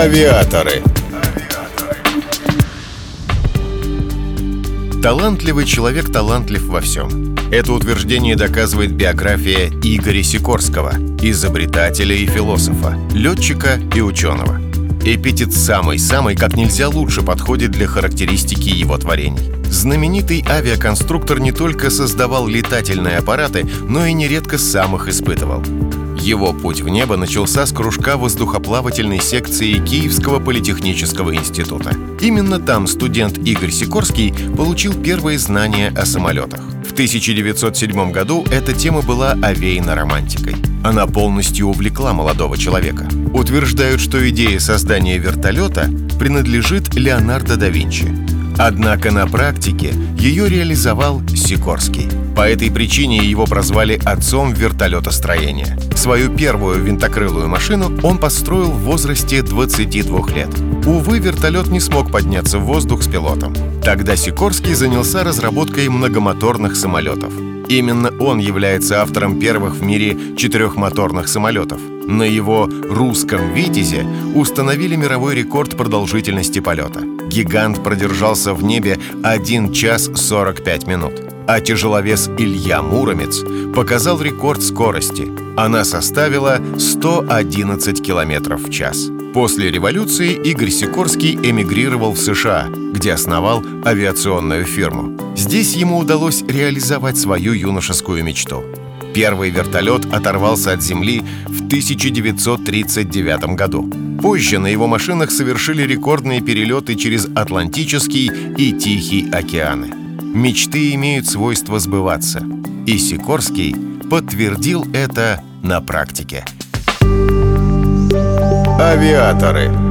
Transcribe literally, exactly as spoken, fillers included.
Авиаторы. Талантливый человек талантлив во всем. Это утверждение доказывает биография Игоря Сикорского, изобретателя и философа, летчика и ученого. Эпитет «самый-самый» как нельзя лучше подходит для характеристики его творений. Знаменитый авиаконструктор не только создавал летательные аппараты, но и нередко сам их испытывал. Его путь в небо начался с кружка воздухоплавательной секции Киевского политехнического института. Именно там студент Игорь Сикорский получил первые знания о самолетах. В тысяча девятьсот седьмом году эта тема была овеяна романтикой. Она полностью увлекла молодого человека. Утверждают, что идея создания вертолета принадлежит Леонардо да Винчи. Однако на практике ее реализовал Сикорский. По этой причине его прозвали отцом вертолетостроения. Свою первую винтокрылую машину он построил в возрасте двадцати двух лет. Увы, вертолет не смог подняться в воздух с пилотом. Тогда Сикорский занялся разработкой многомоторных самолетов. Именно он является автором первых в мире четырехмоторных самолетов. На его русском «Витязе» установили мировой рекорд продолжительности полета. Гигант продержался в небе один час сорок пять минут. А тяжеловес Илья Муромец показал рекорд скорости. Она составила сто одиннадцать километров в час. После революции Игорь Сикорский эмигрировал в США, где основал авиационную фирму. Здесь ему удалось реализовать свою юношескую мечту. Первый вертолет оторвался от земли в тысяча девятьсот тридцать девятом году. Позже на его машинах совершили рекордные перелеты через Атлантический и Тихий океаны. Мечты имеют свойство сбываться. И Сикорский подтвердил это на практике. Авиаторы.